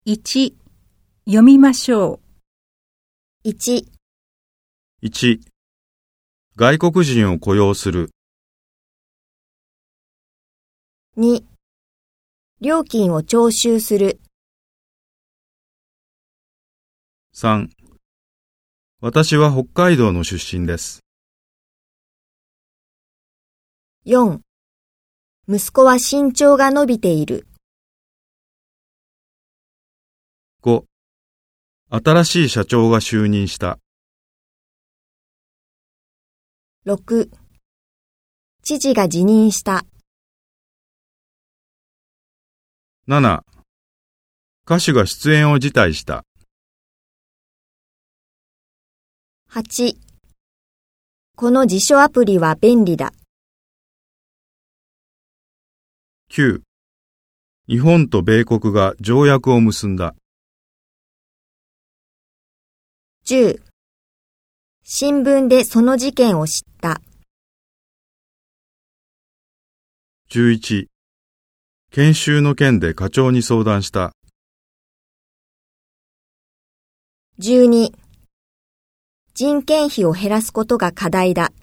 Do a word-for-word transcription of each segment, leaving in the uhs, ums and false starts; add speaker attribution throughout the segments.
Speaker 1: いち、読みましょう。
Speaker 2: いち、
Speaker 3: いち、外国人を雇用する。
Speaker 2: に、料金を徴収する。
Speaker 3: さん、私は北海道の出身です。
Speaker 2: よん、息子は身長が伸びている。
Speaker 3: ご、新しい社長が就任した。
Speaker 2: ろく、知事が辞任した。
Speaker 3: なな、歌手が出演を辞退した。
Speaker 2: はち、この辞書アプリは便利だ。
Speaker 3: きゅう、日本と米国が条約を結んだ。
Speaker 2: じゅう、新聞でその事件を知った。
Speaker 3: じゅういち、研修の件で課長に相談した。
Speaker 2: じゅうに、人件費を減らすことが課題だ。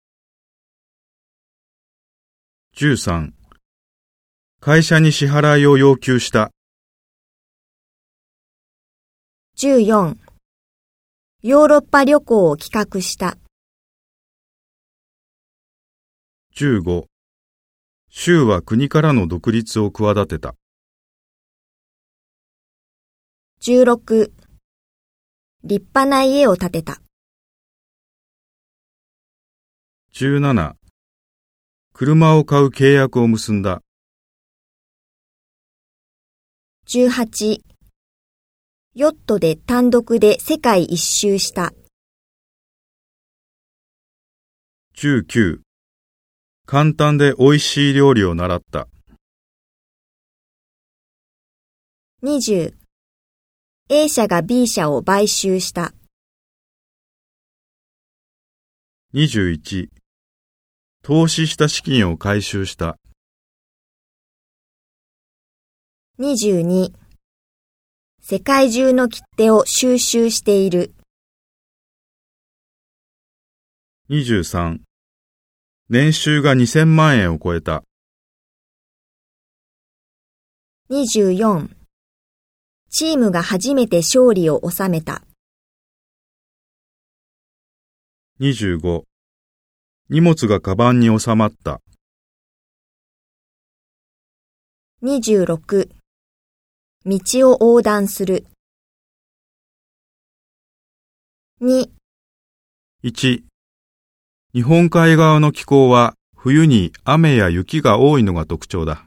Speaker 3: じゅうさん、会社に支払いを要求した。
Speaker 2: じゅうよん、ヨーロッパ旅行を企画した。
Speaker 3: じゅうご、州は国からの独立を企てた。
Speaker 2: じゅうろく、立派な家を建てた。
Speaker 3: じゅうなな、車を買う契約を結んだ。
Speaker 2: じゅうはち、ヨットで単独で世界一周した。
Speaker 3: じゅうきゅう、簡単で美味しい料理を習った。
Speaker 2: にじゅう、A 社が B 社を買収した。
Speaker 3: にじゅういち、投資した資金を回収した。
Speaker 2: にじゅうに、世界中の切手を収集している。
Speaker 3: にじゅうさん、年収がにせんまんえんを超えた。
Speaker 2: にじゅうよん、チームが初めて勝利を収めた。
Speaker 3: にじゅうご、荷物がカバンに収まった。
Speaker 2: にじゅうろく、道を横断する。に、
Speaker 3: いち、日本海側の気候は冬に雨や雪が多いのが特徴だ。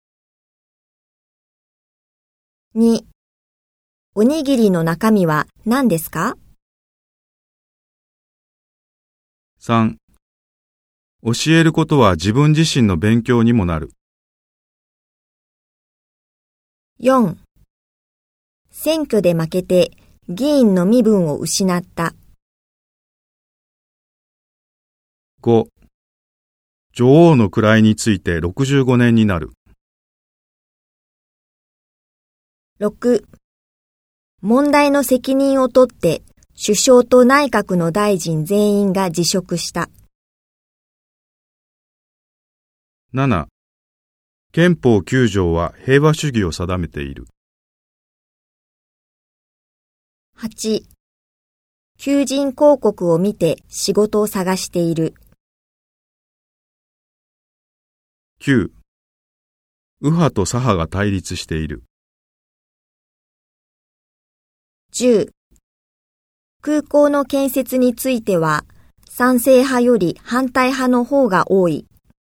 Speaker 2: に、おにぎりの中身は何ですか？
Speaker 3: さん、教えることは自分自身の勉強にもなる。
Speaker 2: よん、選挙で負けて議員の身分を失った。
Speaker 3: ご、女王の位についてろくじゅうごねんになる。
Speaker 2: ろく、問題の責任を取って首相と内閣の大臣全員が辞職した。
Speaker 3: なな、憲法きゅう条は平和主義を定めている。
Speaker 2: はち、求人広告を見て仕事を探している。
Speaker 3: きゅう、右派と左派が対立している。
Speaker 2: じゅう、空港の建設については賛成派より反対派の方が多い。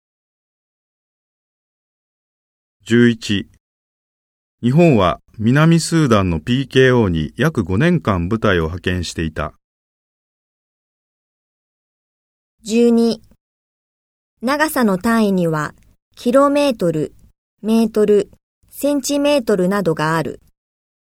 Speaker 3: じゅういち、日本は南スーダンの ピーケーオー に約ごねんかん部隊を派遣していた。
Speaker 2: じゅうに、長さの単位にはキロメートル、メートル、センチメートルなどがある。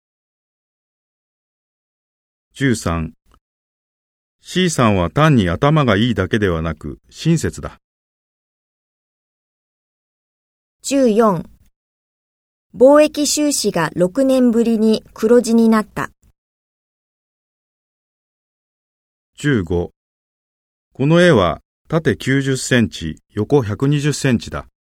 Speaker 3: じゅうさん、C さんは単に頭がいいだけではなく親切だ。
Speaker 2: じゅうよん、 貿易収支がろくねんぶりに黒字になった。
Speaker 3: じゅうご。この絵は縦きゅうじゅっセンチ、横ひゃくにじゅっセンチだ。